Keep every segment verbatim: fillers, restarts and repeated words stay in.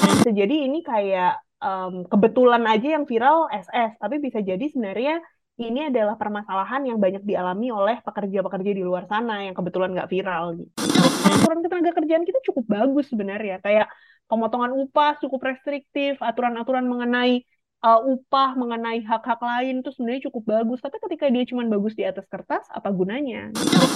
Bisa jadi ini kayak em, kebetulan aja yang viral S S, tapi bisa jadi sebenarnya ini adalah permasalahan yang banyak dialami oleh pekerja-pekerja di luar sana yang kebetulan nggak viral gitu. Aturan ketenaga kerjaan kita cukup bagus sebenarnya, kayak pemotongan upah cukup restriktif, aturan-aturan mengenai uh, upah, mengenai hak-hak lain itu sebenarnya cukup bagus. Tapi ketika dia cuma bagus di atas kertas, apa gunanya?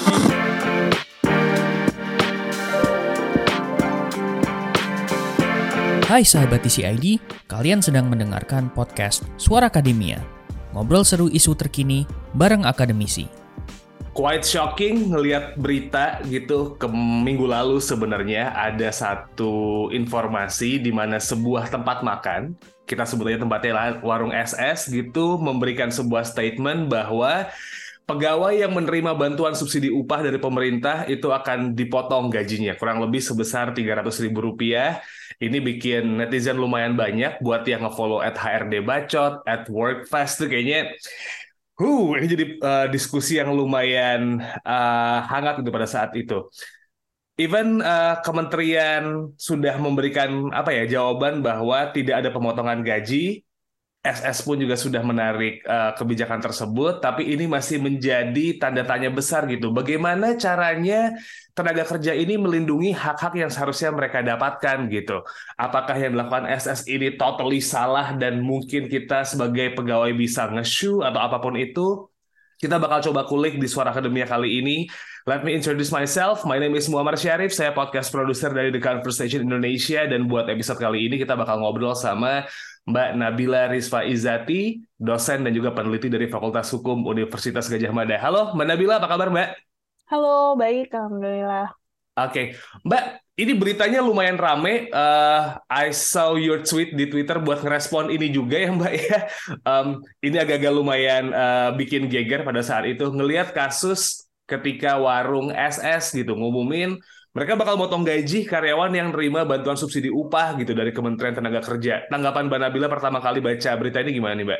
Hai sahabat T C I D, kalian sedang mendengarkan podcast Suara Akademia. Ngobrol seru isu terkini bareng akademisi. Quite shocking ngelihat berita gitu ke minggu lalu sebenarnya ada satu informasi di mana sebuah tempat makan, kita sebutnya tempatnya warung S S gitu, memberikan sebuah statement bahwa pegawai yang menerima bantuan subsidi upah dari pemerintah itu akan dipotong gajinya, kurang lebih sebesar tiga ratus ribu rupiah. Ini bikin netizen lumayan banyak buat yang nge-follow at H R D Bacot, at Workfast tuh kayaknya Huh, ini jadi uh, diskusi yang lumayan uh, hangat gitu pada saat itu. Even uh, kementerian sudah memberikan apa ya jawaban bahwa tidak ada pemotongan gaji, S S pun juga sudah menarik uh, kebijakan tersebut, tapi ini masih menjadi tanda tanya besar gitu. Bagaimana caranya tenaga kerja ini melindungi hak-hak yang seharusnya mereka dapatkan gitu. Apakah yang dilakukan S S ini totally salah dan mungkin kita sebagai pegawai bisa nge-sue atau apapun itu? Kita bakal coba kulik di Suara Akademia kali ini. Let me introduce myself. My name is Muammar Syarif. Saya podcast produser dari The Conversation Indonesia. Dan buat episode kali ini kita bakal ngobrol sama Mbak Nabila Rizfa Izzati, dosen dan juga peneliti dari Fakultas Hukum Universitas Gadjah Mada. Halo Mbak Nabila, apa kabar Mbak? Halo, baik, alhamdulillah. Oke, Mbak, ini beritanya lumayan rame. Uh, I saw your tweet di Twitter buat ngerespon ini juga ya Mbak ya. Um, ini agak-agak lumayan uh, bikin geger pada saat itu. Ngelihat kasus ketika warung S S gitu ngumumin mereka bakal motong gaji karyawan yang nerima bantuan subsidi upah gitu dari Kementerian Tenaga Kerja. Tanggapan Mbak Nabila pertama kali baca berita ini gimana nih Mbak?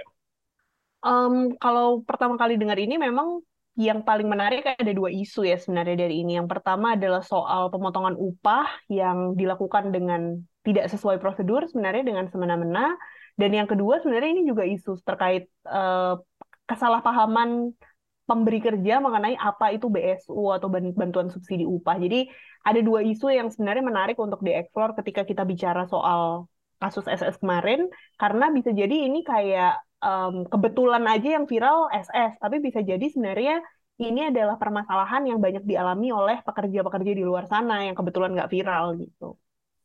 Em, kalau pertama kali dengar ini memang yang paling menarik ada dua isu ya sebenarnya dari ini. Yang pertama adalah soal pemotongan upah yang dilakukan dengan tidak sesuai prosedur sebenarnya dengan semena-mena. Dan yang kedua sebenarnya ini juga isu terkait eh, kesalahpahaman pemberi kerja mengenai apa itu B S U atau bantuan subsidi upah. Jadi ada dua isu yang sebenarnya menarik untuk dieksplor ketika kita bicara soal kasus S S kemarin, karena bisa jadi ini kayak em, kebetulan aja yang viral S S, tapi bisa jadi sebenarnya ini adalah permasalahan yang banyak dialami oleh pekerja-pekerja di luar sana yang kebetulan nggak viral gitu.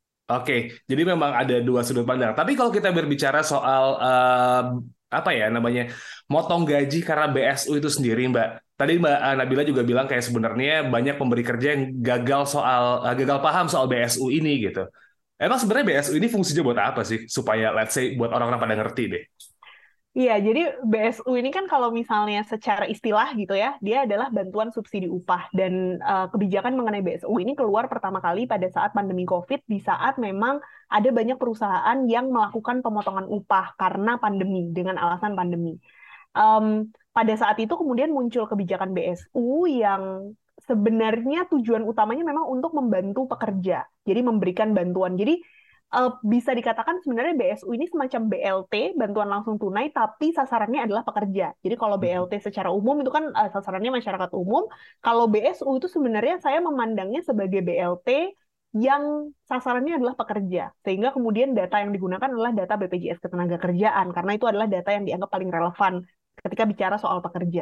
Oke, jadi memang ada dua sudut pandang. Tapi kalau kita berbicara soal eh, apa ya namanya, motong gaji karena B S U itu sendiri, Mbak. Tadi Mbak Nabila juga bilang kayak sebenarnya banyak pemberi kerja yang gagal soal eh, gagal paham soal B S U ini gitu. Emang sebenarnya B S U ini fungsinya buat apa sih? Supaya let's say buat orang-orang pada ngerti deh. Iya, jadi B S U ini kan kalau misalnya secara istilah gitu ya, dia adalah bantuan subsidi upah. Dan eh, kebijakan mengenai B S U ini keluar pertama kali pada saat pandemi COVID, di saat memang ada banyak perusahaan yang melakukan pemotongan upah karena pandemi, dengan alasan pandemi. Em, pada saat itu kemudian muncul kebijakan B S U yang sebenarnya tujuan utamanya memang untuk membantu pekerja, jadi memberikan bantuan. Jadi eh, bisa dikatakan sebenarnya B S U ini semacam B L T, bantuan langsung tunai, tapi sasarannya adalah pekerja. Jadi kalau B L T secara umum itu kan eh, sasarannya masyarakat umum. Kalau B S U itu sebenarnya saya memandangnya sebagai B L T yang sasarannya adalah pekerja. Sehingga kemudian data yang digunakan adalah data B P J S Ketenagakerjaan, karena itu adalah data yang dianggap paling relevan ketika bicara soal pekerja.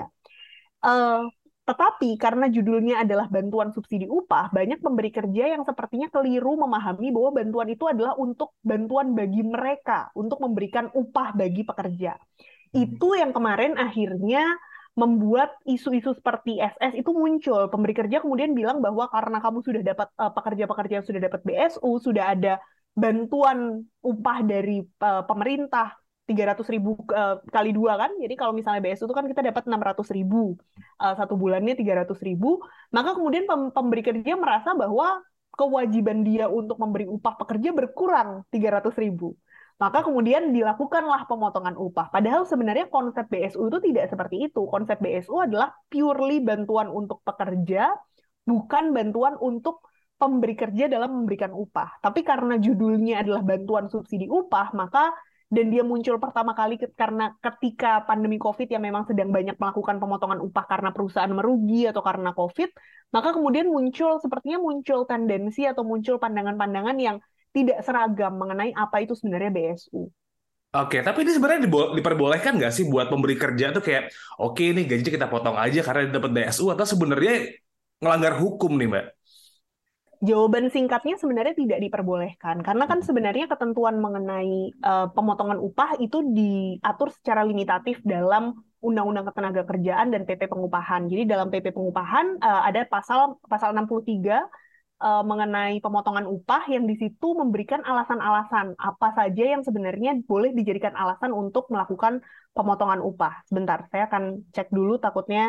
Eh, tetapi karena judulnya adalah bantuan subsidi upah, banyak pemberi kerja yang sepertinya keliru memahami bahwa bantuan itu adalah untuk bantuan bagi mereka, untuk memberikan upah bagi pekerja. Itu yang kemarin akhirnya membuat isu-isu seperti S S itu muncul. Pemberi kerja kemudian bilang bahwa karena kamu sudah dapat eh, pekerja-pekerja yang sudah dapat B S U, sudah ada bantuan upah dari eh, pemerintah tiga ratus ribu eh, kali dua kan. Jadi kalau misalnya B S U itu kan kita dapat enam ratus ribu, eh, satu bulannya tiga ratus ribu. Maka kemudian pem- pemberi kerja merasa bahwa kewajiban dia untuk memberi upah pekerja berkurang tiga ratus ribu. Maka kemudian dilakukanlah pemotongan upah. Padahal sebenarnya konsep B S U itu tidak seperti itu. Konsep B S U adalah purely bantuan untuk pekerja, bukan bantuan untuk pemberi kerja dalam memberikan upah. Tapi karena judulnya adalah bantuan subsidi upah, maka dan dia muncul pertama kali ke- karena ketika pandemi COVID yang memang sedang banyak melakukan pemotongan upah karena perusahaan merugi atau karena COVID, maka kemudian muncul sepertinya muncul tendensi atau muncul pandangan-pandangan yang tidak seragam mengenai apa itu sebenarnya B S U. Oke, tapi ini sebenarnya dibo- diperbolehkan nggak sih buat pemberi kerja tuh kayak, oke nih gajinya kita potong aja karena dapat B S U, atau sebenarnya ngelanggar hukum nih, Mbak? Jawaban singkatnya sebenarnya tidak diperbolehkan, karena kan sebenarnya ketentuan mengenai eh, pemotongan upah itu diatur secara limitatif dalam Undang-Undang Ketenagakerjaan dan P P Pengupahan. Jadi dalam P P Pengupahan eh, ada pasal pasal enam puluh tiga eh, mengenai pemotongan upah yang di situ memberikan alasan-alasan apa saja yang sebenarnya boleh dijadikan alasan untuk melakukan pemotongan upah. Sebentar, saya akan cek dulu takutnya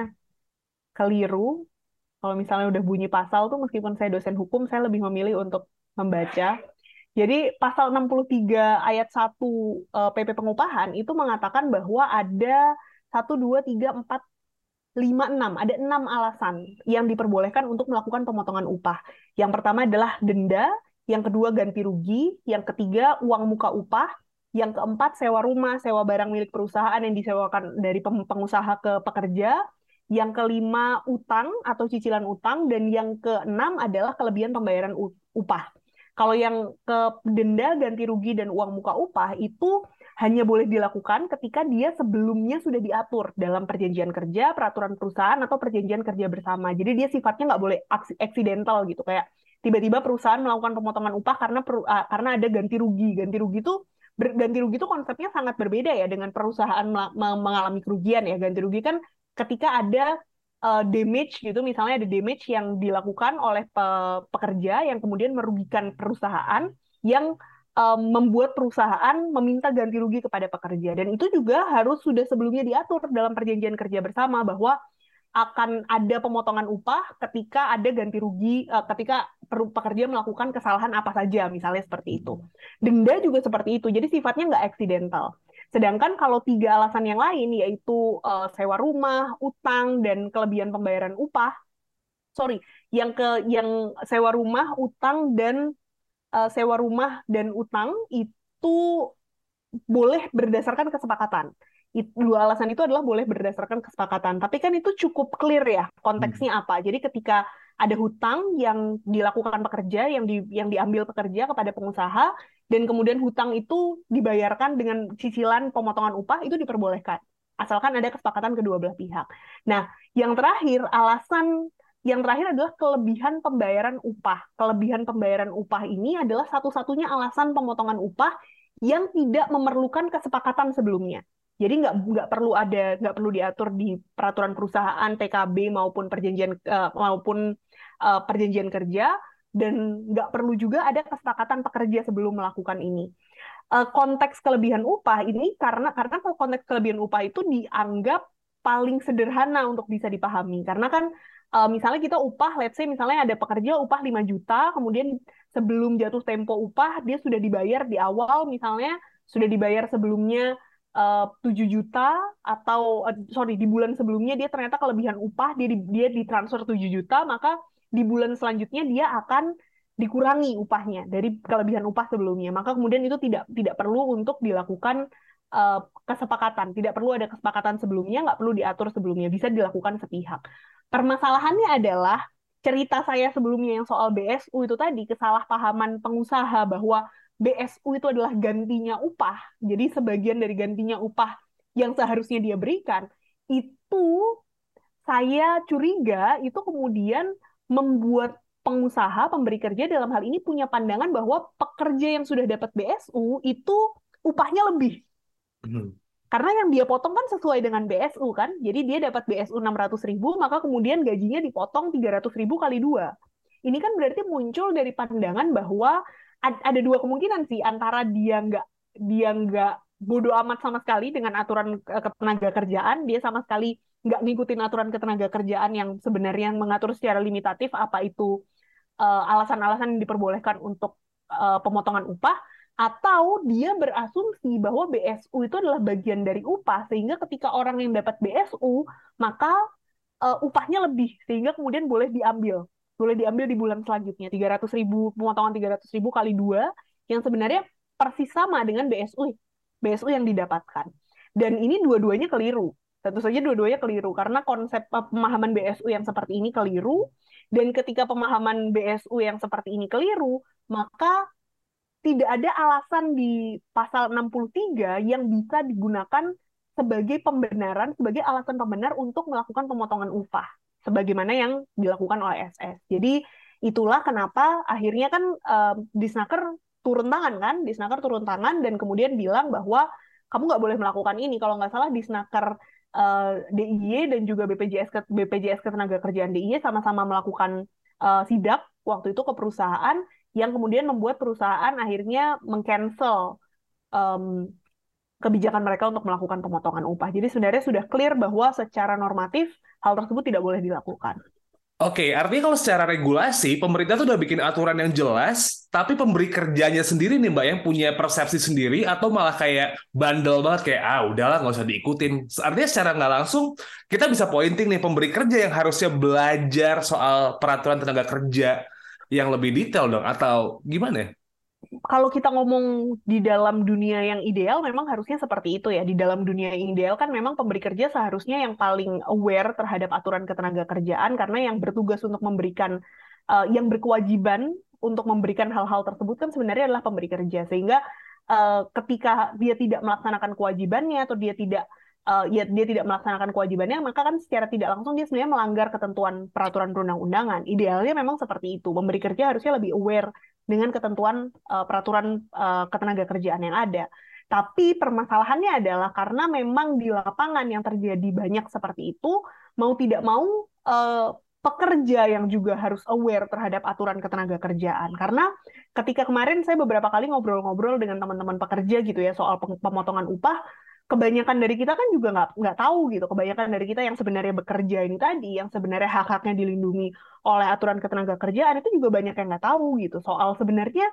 keliru. Kalau misalnya udah bunyi pasal tuh, meskipun saya dosen hukum, saya lebih memilih untuk membaca. Jadi pasal enam puluh tiga ayat satu eh, P P Pengupahan itu mengatakan bahwa ada satu, dua, tiga, empat, lima, enam. Ada enam alasan yang diperbolehkan untuk melakukan pemotongan upah. Yang pertama adalah denda, yang kedua ganti rugi, yang ketiga uang muka upah, yang keempat sewa rumah, sewa barang milik perusahaan yang disewakan dari pengusaha ke pekerja, yang kelima utang atau cicilan utang, dan yang keenam adalah kelebihan pembayaran upah. Kalau yang ke denda, ganti rugi, dan uang muka upah itu hanya boleh dilakukan ketika dia sebelumnya sudah diatur dalam perjanjian kerja, peraturan perusahaan, atau perjanjian kerja bersama. Jadi dia sifatnya nggak boleh accidental gitu, kayak tiba-tiba perusahaan melakukan pemotongan upah karena per, uh, karena ada ganti rugi. Ganti rugi itu ganti rugi itu konsepnya sangat berbeda ya dengan perusahaan mengalami kerugian ya. Ganti rugi kan ketika ada uh, damage gitu, misalnya ada damage yang dilakukan oleh pe pekerja yang kemudian merugikan perusahaan, yang um, membuat perusahaan meminta ganti rugi kepada pekerja. Dan itu juga harus sudah sebelumnya diatur dalam perjanjian kerja bersama bahwa akan ada pemotongan upah ketika ada ganti rugi, uh, ketika pekerja melakukan kesalahan apa saja, misalnya seperti itu. Denda juga seperti itu, jadi sifatnya nggak accidental. Sedangkan kalau tiga alasan yang lain, yaitu uh, sewa rumah, utang, dan kelebihan pembayaran upah, sorry, yang ke yang sewa rumah, utang, dan uh, sewa rumah dan utang itu boleh berdasarkan kesepakatan. It, dua alasan itu adalah boleh berdasarkan kesepakatan. Tapi kan itu cukup clear ya konteksnya apa. Jadi ketika ada hutang yang dilakukan pekerja, yang di, yang diambil pekerja kepada pengusaha, dan kemudian hutang itu dibayarkan dengan cicilan pemotongan upah, itu diperbolehkan. Asalkan ada kesepakatan kedua belah pihak. Nah, yang terakhir, alasan yang terakhir adalah kelebihan pembayaran upah. Kelebihan pembayaran upah ini adalah satu-satunya alasan pemotongan upah yang tidak memerlukan kesepakatan sebelumnya. Jadi nggak nggak perlu ada nggak perlu diatur di peraturan perusahaan, P K B maupun perjanjian uh, maupun uh, perjanjian kerja, dan nggak perlu juga ada kesepakatan pekerja sebelum melakukan ini. Uh, konteks kelebihan upah ini karena karena konteks kelebihan upah itu dianggap paling sederhana untuk bisa dipahami, karena kan uh, misalnya kita upah, let's say misalnya ada pekerja upah lima juta, kemudian sebelum jatuh tempo upah dia sudah dibayar di awal, misalnya sudah dibayar sebelumnya uh, tujuh juta, atau uh, sorry di bulan sebelumnya dia ternyata kelebihan upah, dia di, dia ditransfer tujuh juta, maka di bulan selanjutnya dia akan dikurangi upahnya dari kelebihan upah sebelumnya. Maka kemudian itu tidak tidak perlu untuk dilakukan uh, kesepakatan, tidak perlu ada kesepakatan sebelumnya, nggak perlu diatur sebelumnya, bisa dilakukan sepihak. Permasalahannya adalah cerita saya sebelumnya yang soal B S U itu tadi, kesalahpahaman pengusaha bahwa B S U itu adalah gantinya upah. Jadi sebagian dari gantinya upah yang seharusnya dia berikan, itu saya curiga itu kemudian membuat pengusaha, pemberi kerja dalam hal ini punya pandangan bahwa pekerja yang sudah dapat B S U itu upahnya lebih. Hmm. Karena yang dia potong kan sesuai dengan B S U kan. Jadi dia dapat B S U enam ratus ribu, maka kemudian gajinya dipotong tiga ratus ribu kali dua. Ini kan berarti muncul dari pandangan bahwa ada dua kemungkinan sih, antara dia nggak dia nggak bodoh amat sama sekali dengan aturan ketenaga kerjaan, dia sama sekali nggak ngikutin aturan ketenaga kerjaan yang sebenarnya mengatur secara limitatif apa itu uh, alasan-alasan yang diperbolehkan untuk uh, pemotongan upah, atau dia berasumsi bahwa B S U itu adalah bagian dari upah, sehingga ketika orang yang dapat B S U, maka uh, upahnya lebih, sehingga kemudian boleh diambil boleh diambil di bulan selanjutnya. tiga ratus ribu, pemotongan tiga ratus ribu kali dua, yang sebenarnya persis sama dengan B S U, B S U yang didapatkan. Dan ini dua-duanya keliru. Tentu saja dua-duanya keliru, karena konsep uh, pemahaman B S U yang seperti ini keliru, dan ketika pemahaman B S U yang seperti ini keliru, maka tidak ada alasan di pasal enam puluh tiga yang bisa digunakan sebagai pembenaran, sebagai alasan pembenar untuk melakukan pemotongan upah, sebagaimana yang dilakukan oleh S S. Jadi itulah kenapa akhirnya kan um, Disnaker turun tangan kan, Disnaker turun tangan dan kemudian bilang bahwa kamu nggak boleh melakukan ini. Kalau nggak salah Disnaker uh, D I Y dan juga B P J S B P J S Ketenagakerjaan D I Y sama-sama melakukan uh, sidak waktu itu ke perusahaan, yang kemudian membuat perusahaan akhirnya meng-cancel um, kebijakan mereka untuk melakukan pemotongan upah. Jadi sebenarnya sudah clear bahwa secara normatif hal tersebut tidak boleh dilakukan. Oke, artinya kalau secara regulasi, pemerintah tuh udah bikin aturan yang jelas, tapi pemberi kerjanya sendiri nih Mbak yang punya persepsi sendiri, atau malah kayak bandel banget, kayak ah udahlah nggak usah diikutin. Artinya secara nggak langsung, kita bisa pointing nih pemberi kerja yang harusnya belajar soal peraturan tenaga kerja yang lebih detail dong, atau gimana? Kalau kita ngomong di dalam dunia yang ideal, memang harusnya seperti itu ya. Di dalam dunia yang ideal kan memang pemberi kerja seharusnya yang paling aware terhadap aturan ketenaga kerjaan, karena yang bertugas untuk memberikan, uh, yang berkewajiban untuk memberikan hal-hal tersebut kan sebenarnya adalah pemberi kerja. Sehingga uh, ketika dia tidak melaksanakan kewajibannya atau dia tidak uh, ya dia tidak melaksanakan kewajibannya, maka kan secara tidak langsung dia sebenarnya melanggar ketentuan peraturan perundang-undangan. Idealnya memang seperti itu. Pemberi kerja harusnya lebih aware dengan ketentuan uh, peraturan uh, ketenagakerjaan yang ada. Tapi permasalahannya adalah karena memang di lapangan yang terjadi banyak seperti itu, mau tidak mau uh, pekerja yang juga harus aware terhadap aturan ketenagakerjaan. Karena ketika kemarin saya beberapa kali ngobrol-ngobrol dengan teman-teman pekerja gitu ya soal pemotongan upah, kebanyakan dari kita kan juga nggak nggak tahu gitu. Kebanyakan dari kita yang sebenarnya bekerja ini tadi, yang sebenarnya hak-haknya dilindungi oleh aturan ketenagakerjaan, itu juga banyak yang nggak tahu gitu. Soal sebenarnya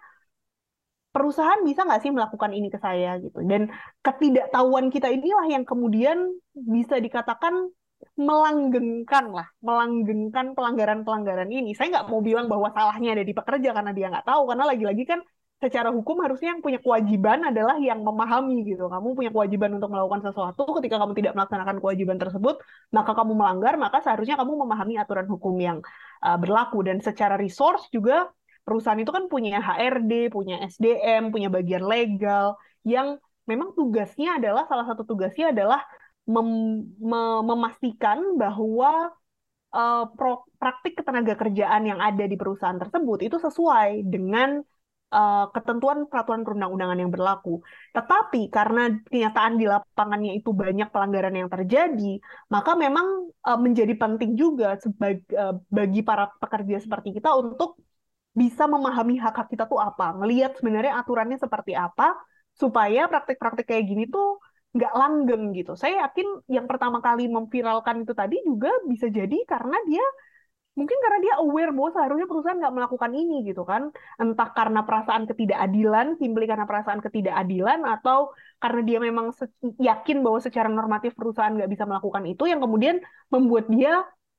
perusahaan bisa nggak sih melakukan ini ke saya gitu. Dan ketidaktahuan kita inilah yang kemudian bisa dikatakan melanggengkan lah, melanggengkan pelanggaran-pelanggaran ini. Saya nggak mau bilang bahwa salahnya ada di pekerja karena dia nggak tahu, karena lagi-lagi kan secara hukum harusnya yang punya kewajiban adalah yang memahami gitu. Kamu punya kewajiban untuk melakukan sesuatu, ketika kamu tidak melaksanakan kewajiban tersebut, maka kamu melanggar, maka seharusnya kamu memahami aturan hukum yang uh, berlaku. Dan secara resource juga, perusahaan itu kan punya H R D, punya S D M, punya bagian legal, yang memang tugasnya adalah, salah satu tugasnya adalah mem mem memastikan bahwa uh, pro praktik ketenagakerjaan yang ada di perusahaan tersebut itu sesuai dengan Uh, ketentuan peraturan perundang-undangan yang berlaku. Tetapi karena kenyataan di lapangannya itu banyak pelanggaran yang terjadi, maka memang uh, menjadi penting juga sebagai, uh, bagi para pekerja seperti kita untuk bisa memahami hak-hak kita tuh apa, ngelihat sebenarnya aturannya seperti apa, supaya praktik-praktik kayak gini tuh nggak langgeng gitu. Saya yakin yang pertama kali memviralkan itu tadi juga bisa jadi karena dia mungkin karena dia aware bahwa seharusnya perusahaan nggak melakukan ini gitu kan. Entah karena perasaan ketidakadilan, timbul karena perasaan ketidakadilan, atau karena dia memang yakin bahwa secara normatif perusahaan nggak bisa melakukan itu, yang kemudian membuat dia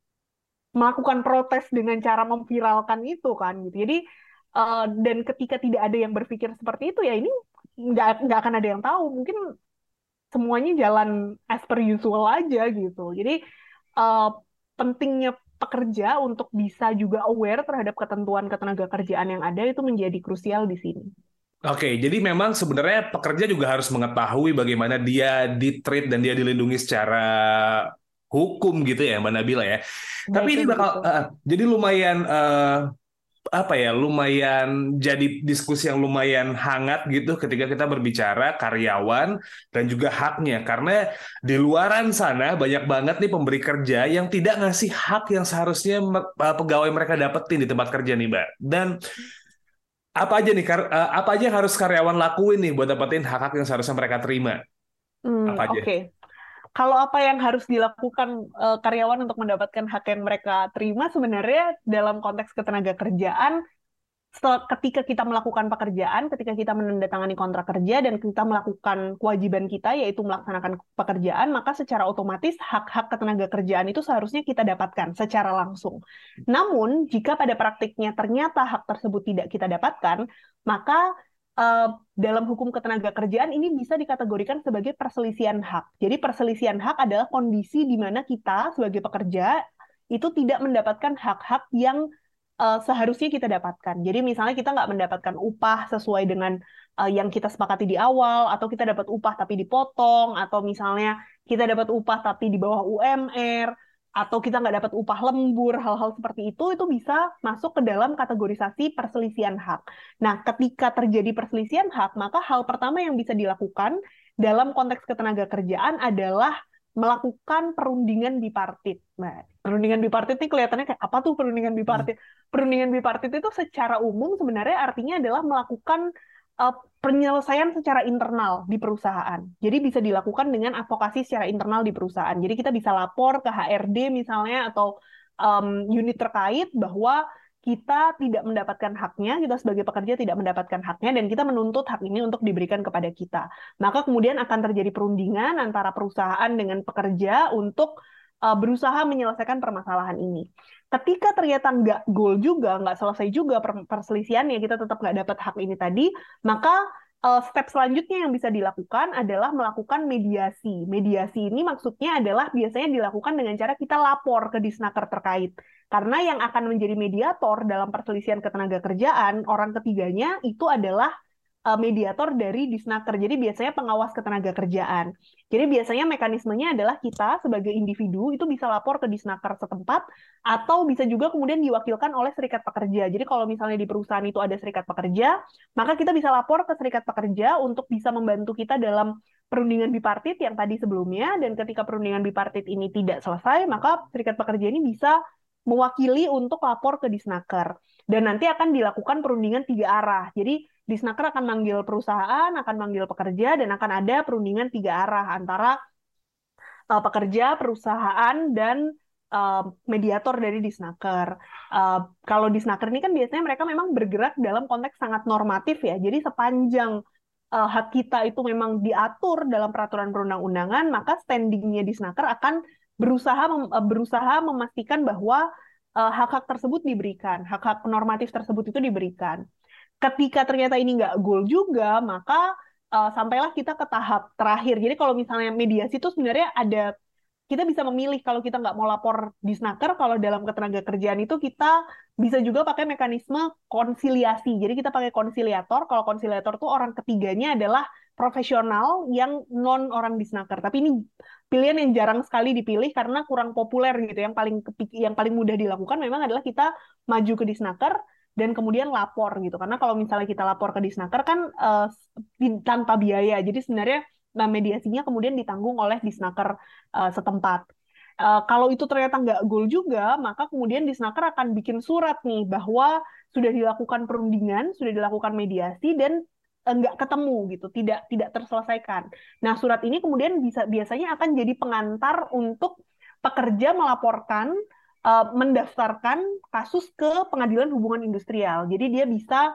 melakukan protes dengan cara memviralkan itu kan gitu. Jadi uh, dan ketika tidak ada yang berpikir seperti itu, ya ini nggak nggak akan ada yang tahu. Mungkin semuanya jalan as per usual aja gitu. Jadi uh, pentingnya pekerja untuk bisa juga aware terhadap ketentuan ketenagakerjaan yang ada itu menjadi krusial di sini. Oke, jadi memang sebenarnya pekerja juga harus mengetahui bagaimana dia di-treat dan dia dilindungi secara hukum gitu ya, Mbak Nabila ya. Nah, Tapi ini itu bakal begitu. uh, jadi lumayan uh, apa ya, lumayan jadi diskusi yang lumayan hangat gitu ketika kita berbicara karyawan dan juga haknya, karena di luaran sana banyak banget nih pemberi kerja yang tidak ngasih hak yang seharusnya uh, pegawai mereka dapetin di tempat kerja nih Mbak. Dan apa aja nih uh, apa aja yang harus karyawan lakuin nih buat dapetin hak-hak yang seharusnya mereka terima? Hmm, Apa aja? Oke. Okay. Kalau apa yang harus dilakukan uh, karyawan untuk mendapatkan hak yang mereka terima, sebenarnya dalam konteks ketenagakerjaan ketika kita melakukan pekerjaan, ketika kita menandatangani kontrak kerja dan kita melakukan kewajiban kita yaitu melaksanakan pekerjaan, maka secara otomatis hak-hak ketenaga kerjaan itu seharusnya kita dapatkan secara langsung. Namun, jika pada praktiknya ternyata hak tersebut tidak kita dapatkan, maka uh, dalam hukum ketenaga kerjaan ini bisa dikategorikan sebagai perselisihan hak. Jadi perselisihan hak adalah kondisi di mana kita sebagai pekerja itu tidak mendapatkan hak-hak yang Uh, seharusnya kita dapatkan. Jadi misalnya kita nggak mendapatkan upah sesuai dengan uh, yang kita sepakati di awal, atau kita dapat upah tapi dipotong, atau misalnya kita dapat upah tapi di bawah U M R, atau kita nggak dapat upah lembur, hal-hal seperti itu, itu bisa masuk ke dalam kategorisasi perselisihan hak. Nah, ketika terjadi perselisihan hak, maka hal pertama yang bisa dilakukan dalam konteks ketenaga kerjaan adalah melakukan perundingan bipartit. Nah, perundingan bipartit ini kelihatannya kayak apa tuh perundingan bipartit? Hmm. Perundingan bipartit itu secara umum sebenarnya artinya adalah melakukan uh, penyelesaian secara internal di perusahaan. Jadi bisa dilakukan dengan advokasi secara internal di perusahaan. Jadi kita bisa lapor ke H R D misalnya atau um, unit terkait bahwa kita tidak mendapatkan haknya, kita sebagai pekerja tidak mendapatkan haknya, dan kita menuntut hak ini untuk diberikan kepada kita. Maka kemudian akan terjadi perundingan antara perusahaan dengan pekerja untuk uh, berusaha menyelesaikan permasalahan ini. Ketika ternyata nggak goal juga, nggak selesai juga perselisihannya, kita tetap nggak dapat hak ini tadi, maka uh, step selanjutnya yang bisa dilakukan adalah melakukan mediasi. Mediasi ini maksudnya adalah biasanya dilakukan dengan cara kita lapor ke disnaker terkait. Karena yang akan menjadi mediator dalam perselisihan ketenaga kerjaan, orang ketiganya itu adalah uh, mediator dari disnaker. Jadi biasanya pengawas ketenaga kerjaan. Jadi biasanya mekanismenya adalah kita sebagai individu itu bisa lapor ke disnaker setempat, atau bisa juga kemudian diwakilkan oleh serikat pekerja. Jadi kalau misalnya di perusahaan itu ada serikat pekerja, maka kita bisa lapor ke serikat pekerja untuk bisa membantu kita dalam perundingan bipartit yang tadi sebelumnya, dan ketika perundingan bipartit ini tidak selesai, maka serikat pekerja ini bisa mewakili untuk lapor ke disnaker. Dan nanti akan dilakukan perundingan tiga arah. Jadi disnaker akan manggil perusahaan, akan manggil pekerja, dan akan ada perundingan tiga arah antara uh, pekerja, perusahaan, dan uh, mediator dari disnaker. Uh, kalau disnaker ini kan biasanya mereka memang bergerak dalam konteks sangat normatif ya. Jadi sepanjang uh, hak kita itu memang diatur dalam peraturan perundang-undangan, maka standingnya disnaker akan berusaha mem berusaha memastikan bahwa uh, hak-hak tersebut diberikan, hak-hak normatif tersebut itu diberikan. Ketika ternyata ini nggak goal juga, maka uh, sampailah kita ke tahap terakhir. Jadi kalau misalnya mediasi itu sebenarnya ada, kita bisa memilih kalau kita nggak mau lapor disnaker, kalau dalam ketenaga kerjaan itu kita bisa juga pakai mekanisme konsiliasi. Jadi kita pakai konsiliator, kalau konsiliator tuh orang ketiganya adalah profesional yang non orang disnaker. Tapi ini pilihan yang jarang sekali dipilih karena kurang populer gitu. Yang paling yang paling mudah dilakukan memang adalah kita maju ke disnaker dan kemudian lapor gitu. Karena kalau misalnya kita lapor ke disnaker kan uh, tanpa biaya. Jadi sebenarnya nah, mediasinya kemudian ditanggung oleh disnaker uh, setempat. Uh, kalau itu ternyata nggak goal juga, maka kemudian disnaker akan bikin surat nih bahwa sudah dilakukan perundingan, sudah dilakukan mediasi, dan nggak ketemu gitu, tidak tidak terselesaikan. Nah, surat ini kemudian bisa biasanya akan jadi pengantar untuk pekerja melaporkan, uh, mendaftarkan kasus ke Pengadilan Hubungan Industrial. Jadi dia bisa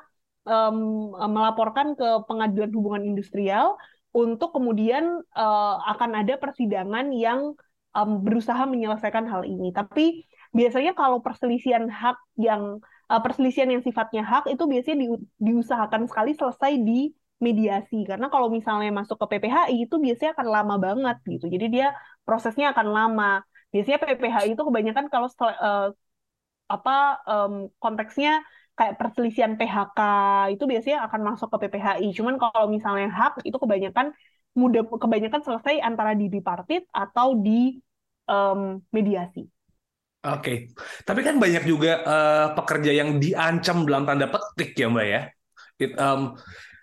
um, melaporkan ke Pengadilan Hubungan Industrial untuk kemudian uh, akan ada persidangan yang um, berusaha menyelesaikan hal ini. Tapi biasanya kalau perselisihan hak yang Uh, perselisihan yang sifatnya hak itu biasanya di, diusahakan sekali selesai di mediasi, karena kalau misalnya masuk ke P P H I itu biasanya akan lama banget gitu, jadi dia prosesnya akan lama. Biasanya P P H I itu kebanyakan kalau uh, apa um, konteksnya kayak perselisihan P H K itu biasanya akan masuk ke P P H I. Cuman kalau misalnya hak itu kebanyakan mudah kebanyakan selesai antara di bipartit atau di um, mediasi. Oke, okay. Tapi kan banyak juga uh, pekerja yang diancam dalam tanda petik ya Mbak ya. It, um,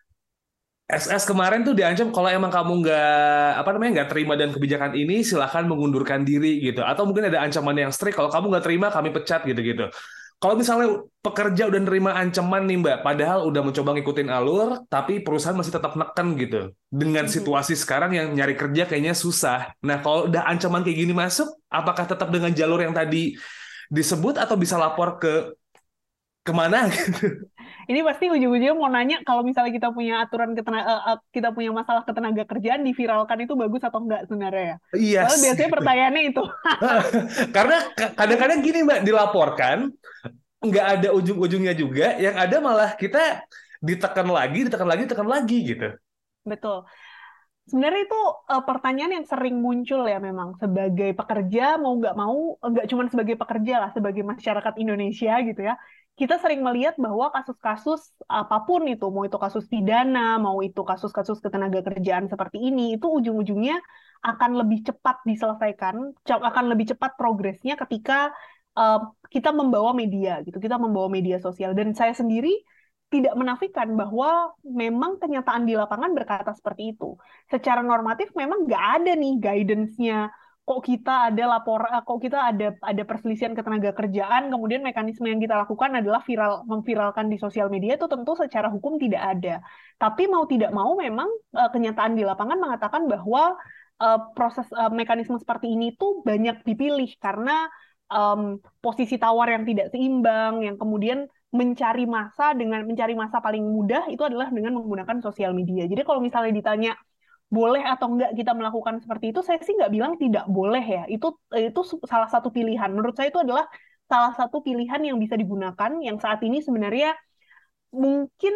S S kemarin tuh diancam kalau emang kamu nggak apa namanya nggak terima dan kebijakan ini silahkan mengundurkan diri gitu. Atau mungkin ada ancaman yang strict kalau kamu nggak terima kami pecat gitu-gitu. Kalau misalnya pekerja udah nerima ancaman nih Mbak, padahal udah mencoba ngikutin alur, tapi perusahaan masih tetap neken gitu. Dengan situasi sekarang yang nyari kerja kayaknya susah. Nah, kalau udah ancaman kayak gini masuk, apakah tetap dengan jalur yang tadi disebut atau bisa lapor ke kemana gitu? Ini pasti ujung-ujungnya mau nanya kalau misalnya kita punya aturan ketenaga, kita punya masalah ketenaga kerjaan diviralkan itu bagus atau enggak sebenarnya ya. Soalnya Yes, biasanya gitu. pertanyaannya itu. Karena ka- kadang-kadang gini Mbak, dilaporkan, nggak ada ujung-ujungnya juga, yang ada malah kita ditekan lagi, ditekan lagi, ditekan lagi gitu. Betul. Sebenarnya itu eh, pertanyaan yang sering muncul ya memang sebagai pekerja mau nggak mau nggak cuma sebagai pekerja lah sebagai masyarakat Indonesia gitu ya kita sering melihat bahwa kasus-kasus apapun itu mau itu kasus pidana mau itu kasus-kasus ketenaga kerjaan seperti ini itu ujung-ujungnya akan lebih cepat diselesaikan ca- akan lebih cepat progresnya ketika eh, kita membawa media gitu kita membawa media sosial dan saya sendiri tidak menafikan bahwa memang kenyataan di lapangan berkata seperti itu secara normatif memang nggak ada nih guidance-nya. Kok kita ada lapor, eh, kok kita ada ada perselisihan ketenaga kerjaan, kemudian mekanisme yang kita lakukan adalah viral, memviralkan di sosial media itu tentu secara hukum tidak ada. Tapi mau tidak mau memang eh, kenyataan di lapangan mengatakan bahwa eh, proses eh, mekanisme seperti ini tuh banyak dipilih karena em, posisi tawar yang tidak seimbang, yang kemudian mencari masa dengan mencari masa paling mudah itu adalah dengan menggunakan sosial media. Jadi kalau misalnya ditanya boleh atau enggak kita melakukan seperti itu, saya sih nggak bilang tidak boleh ya. Itu itu salah satu pilihan. Menurut saya itu adalah salah satu pilihan yang bisa digunakan, yang saat ini sebenarnya mungkin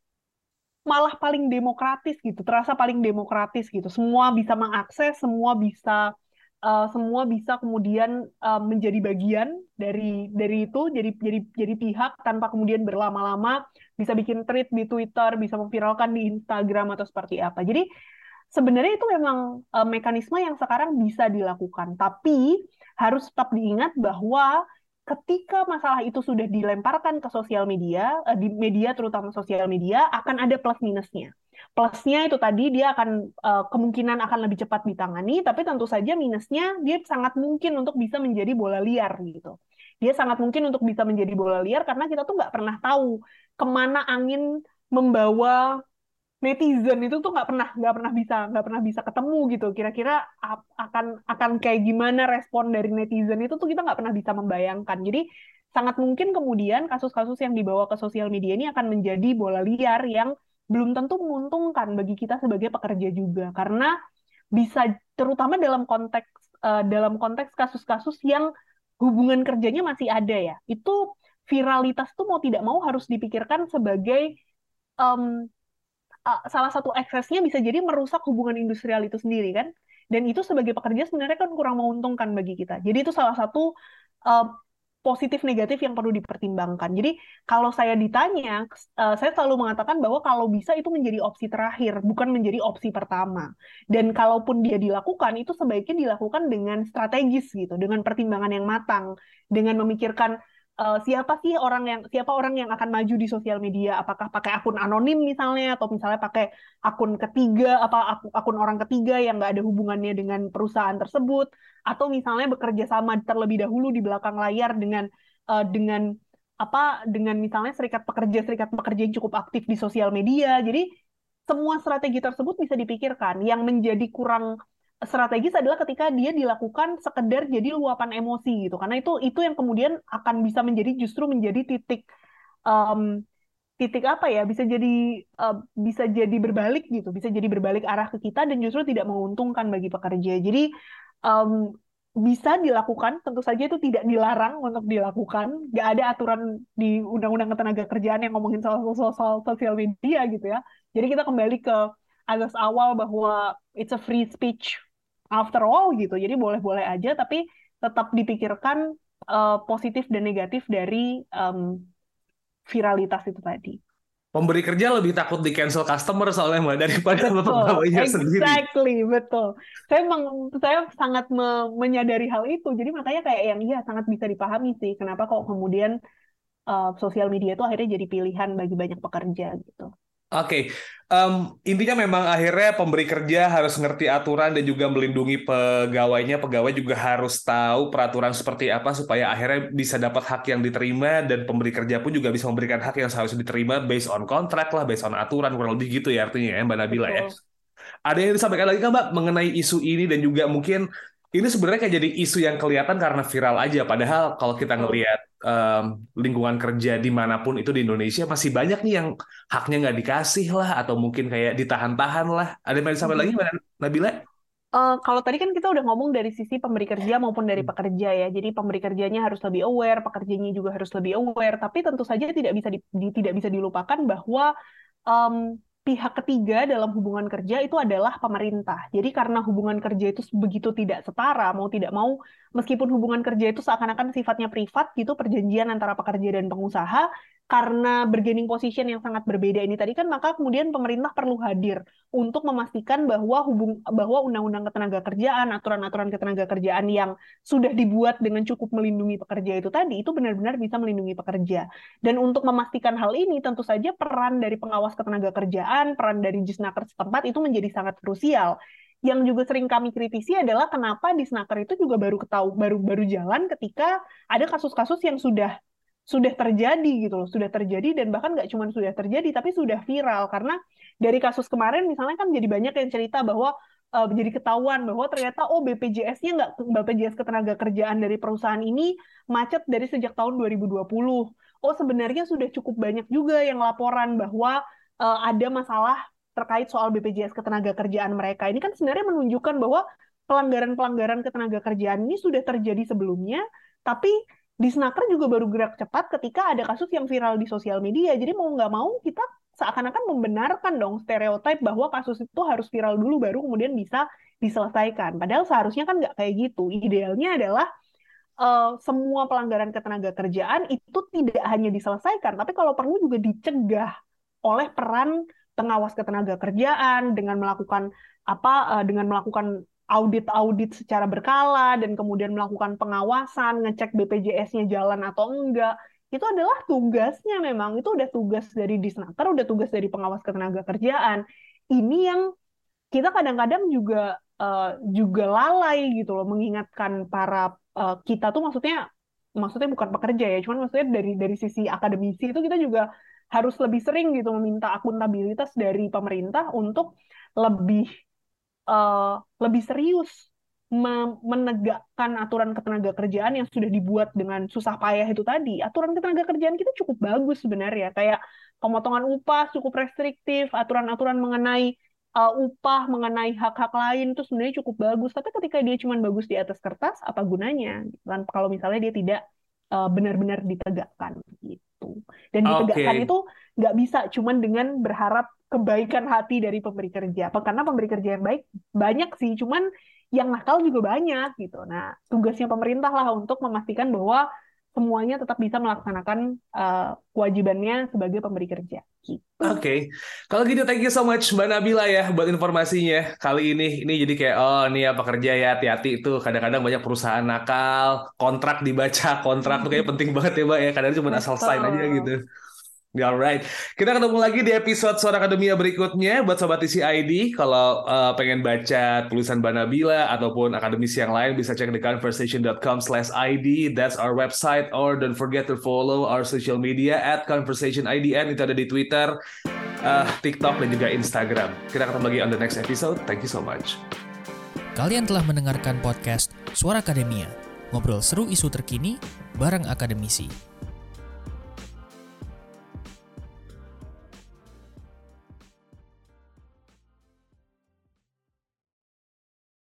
malah paling demokratis gitu, terasa paling demokratis gitu. Semua bisa mengakses, semua bisa eh, semua bisa kemudian eh, menjadi bagian dari dari itu, jadi jadi jadi pihak tanpa kemudian berlama-lama bisa bikin tweet di Twitter, bisa memviralkan di Instagram atau seperti apa. Jadi sebenarnya itu memang eh, mekanisme yang sekarang bisa dilakukan, tapi harus tetap diingat bahwa ketika masalah itu sudah dilemparkan ke sosial media, eh, di media terutama sosial media, akan ada plus minusnya. Plusnya itu tadi dia akan eh, kemungkinan akan lebih cepat ditangani, tapi tentu saja minusnya dia sangat mungkin untuk bisa menjadi bola liar gitu. Dia sangat mungkin untuk bisa menjadi bola liar karena kita tuh nggak pernah tahu kemana angin membawa netizen itu tuh nggak pernah nggak pernah bisa nggak pernah bisa ketemu gitu kira-kira ap- akan akan kayak gimana respon dari netizen itu tuh kita nggak pernah bisa membayangkan jadi sangat mungkin kemudian kasus-kasus yang dibawa ke sosial media ini akan menjadi bola liar yang belum tentu menguntungkan bagi kita sebagai pekerja juga karena bisa terutama dalam konteks eh, dalam konteks kasus-kasus yang hubungan kerjanya masih ada ya itu viralitas tuh mau tidak mau harus dipikirkan sebagai em, uh, salah satu eksesnya bisa jadi merusak hubungan industrial itu sendiri kan. Dan itu sebagai pekerja sebenarnya kan kurang menguntungkan bagi kita. Jadi itu salah satu uh, positif negatif yang perlu dipertimbangkan. Jadi kalau saya ditanya, uh, saya selalu mengatakan bahwa kalau bisa itu menjadi opsi terakhir, bukan menjadi opsi pertama. Dan kalaupun dia dilakukan, itu sebaiknya dilakukan dengan strategis gitu, dengan pertimbangan yang matang, dengan memikirkan eh, siapa sih orang yang siapa orang yang akan maju di sosial media apakah pakai akun anonim misalnya atau misalnya pakai akun ketiga apa aku- akun orang ketiga yang nggak ada hubungannya dengan perusahaan tersebut atau misalnya bekerja sama terlebih dahulu di belakang layar dengan eh, dengan apa dengan misalnya serikat pekerja serikat pekerja yang cukup aktif di sosial media jadi semua strategi tersebut bisa dipikirkan yang menjadi kurang strategis adalah ketika dia dilakukan sekedar jadi luapan emosi gitu karena itu itu yang kemudian akan bisa menjadi justru menjadi titik em, titik apa ya bisa jadi eh, bisa jadi berbalik gitu bisa jadi berbalik arah ke kita dan justru tidak menguntungkan bagi pekerja jadi em, bisa dilakukan tentu saja itu tidak dilarang untuk dilakukan nggak ada aturan di undang-undang ketenagakerjaan yang ngomongin soal soal sosial media gitu ya jadi kita kembali ke asas awal bahwa it's a free speech after all gitu. Jadi boleh-boleh aja, tapi tetap dipikirkan eh, positif dan negatif dari em, viralitas itu tadi. Pemberi kerja lebih takut di cancel customer soalnya Mbak daripada Betul, pegawainya sendiri. exactly, betul. Saya memang saya sangat me- menyadari hal itu. Jadi makanya kayak yang iya sangat bisa dipahami sih. Kenapa kok kemudian eh, sosial media itu akhirnya jadi pilihan bagi banyak pekerja gitu. Oke, em, intinya memang akhirnya pemberi kerja harus ngerti aturan dan juga melindungi pegawainya. Pegawai juga harus tahu peraturan seperti apa supaya akhirnya bisa dapat hak yang diterima dan pemberi kerja pun juga bisa memberikan hak yang seharusnya diterima based on kontrak lah, based on aturan kurang lebih gitu ya artinya ya Mbak Nabila ya. Betul. Ada yang disampaikan lagi kan Mbak mengenai isu ini dan juga mungkin ini sebenarnya kayak jadi isu yang kelihatan karena viral aja. Padahal kalau kita ngelihat um, lingkungan kerja dimanapun itu di Indonesia masih banyak nih yang haknya nggak dikasih lah, atau mungkin kayak ditahan-tahan lah. Ada yang mau disampaikan lagi, Mbak Nabila? Uh, kalau tadi kan kita udah ngomong dari sisi pemberi kerja maupun dari pekerja ya. Jadi pemberi kerjanya harus lebih aware, pekerjanya juga harus lebih aware. Tapi tentu saja tidak bisa di, di, tidak bisa dilupakan bahwa um, pihak ketiga dalam hubungan kerja itu adalah pemerintah. Jadi karena hubungan kerja itu begitu tidak setara, mau tidak mau, meskipun hubungan kerja itu seakan-akan sifatnya privat gitu, perjanjian antara pekerja dan pengusaha, karena bargaining position yang sangat berbeda ini tadi kan, maka kemudian pemerintah perlu hadir untuk memastikan bahwa hubung bahwa undang-undang ketenaga kerjaan, aturan-aturan ketenaga kerjaan yang sudah dibuat dengan cukup melindungi pekerja itu tadi, itu benar-benar bisa melindungi pekerja. Dan untuk memastikan hal ini, tentu saja peran dari pengawas ketenaga kerjaan, peran dari Disnaker setempat itu menjadi sangat krusial. Yang juga sering kami kritisi adalah kenapa Disnaker itu juga baru ketahu, baru baru jalan ketika ada kasus-kasus yang sudah sudah terjadi gitu loh, sudah terjadi dan bahkan nggak cuma sudah terjadi tapi sudah viral. Karena dari kasus kemarin misalnya kan jadi banyak yang cerita bahwa uh, jadi ketahuan bahwa ternyata oh B P J S-nya nggak, B P J S ketenaga kerjaan dari perusahaan ini macet dari sejak tahun dua ribu dua puluh. Oh sebenarnya sudah cukup banyak juga yang laporan bahwa uh, ada masalah terkait soal B P J S ketenaga kerjaan mereka. Ini kan sebenarnya menunjukkan bahwa pelanggaran-pelanggaran ketenaga kerjaan ini sudah terjadi sebelumnya, tapi Disnaker juga baru gerak cepat ketika ada kasus yang viral di sosial media. Jadi mau nggak mau kita seakan-akan membenarkan dong stereotip bahwa kasus itu harus viral dulu baru kemudian bisa diselesaikan. Padahal seharusnya kan nggak kayak gitu. Idealnya adalah uh, semua pelanggaran ketenaga kerjaan itu tidak hanya diselesaikan, tapi kalau perlu juga dicegah oleh peran pengawas ketenaga kerjaan dengan melakukan apa? Uh, dengan melakukan audit-audit secara berkala dan kemudian melakukan pengawasan, ngecek B P J S-nya jalan atau enggak. Itu adalah tugasnya memang. Itu udah tugas dari Disnaker, udah tugas dari pengawas ketenaga kerjaan. Ini yang kita kadang-kadang juga uh, juga lalai gitu loh mengingatkan para uh, kita tuh maksudnya maksudnya bukan pekerja ya, cuman maksudnya dari dari sisi akademisi itu kita juga harus lebih sering gitu meminta akuntabilitas dari pemerintah untuk lebih Uh, lebih serius menegakkan aturan ketenaga kerjaan yang sudah dibuat dengan susah payah itu tadi. Aturan ketenaga kerjaan kita cukup bagus sebenarnya, kayak pemotongan upah cukup restriktif, aturan-aturan mengenai uh, upah, mengenai hak-hak lain itu sebenarnya cukup bagus. Tapi ketika dia cuma bagus di atas kertas, apa gunanya? Dan kalau misalnya dia tidak uh, benar-benar ditegakkan gitu. Dan ditegakkan Okay. itu nggak bisa cuma dengan berharap kebaikan hati dari pemberi kerja. Karena pemberi kerja yang baik banyak sih, cuman yang nakal juga banyak gitu. Nah, tugasnya pemerintah lah untuk memastikan bahwa semuanya tetap bisa melaksanakan uh, kewajibannya sebagai pemberi kerja. Gitu. Oke, okay. Kalau gitu thank you so much Mbak Nabila ya buat informasinya kali ini. Ini jadi kayak oh nih ya pekerja ya hati-hati itu kadang-kadang banyak perusahaan nakal, kontrak dibaca, kontrak tuh kayak penting banget ya Mbak ya. Kadang cuma asal sign aja gitu. Alright, kita ketemu lagi di episode Suara Akademia berikutnya. Buat Sobat T C I D, kalau uh, pengen baca tulisan Mbak Nabila ataupun akademisi yang lain, bisa cek di conversation dot com slash I D. That's our website. Or don't forget to follow our social media at conversation I D N. Itu ada di Twitter, uh, TikTok, dan juga Instagram. Kita ketemu lagi on the next episode. Thank you so much. Kalian telah mendengarkan podcast Suara Akademia. Ngobrol seru isu terkini bareng akademisi.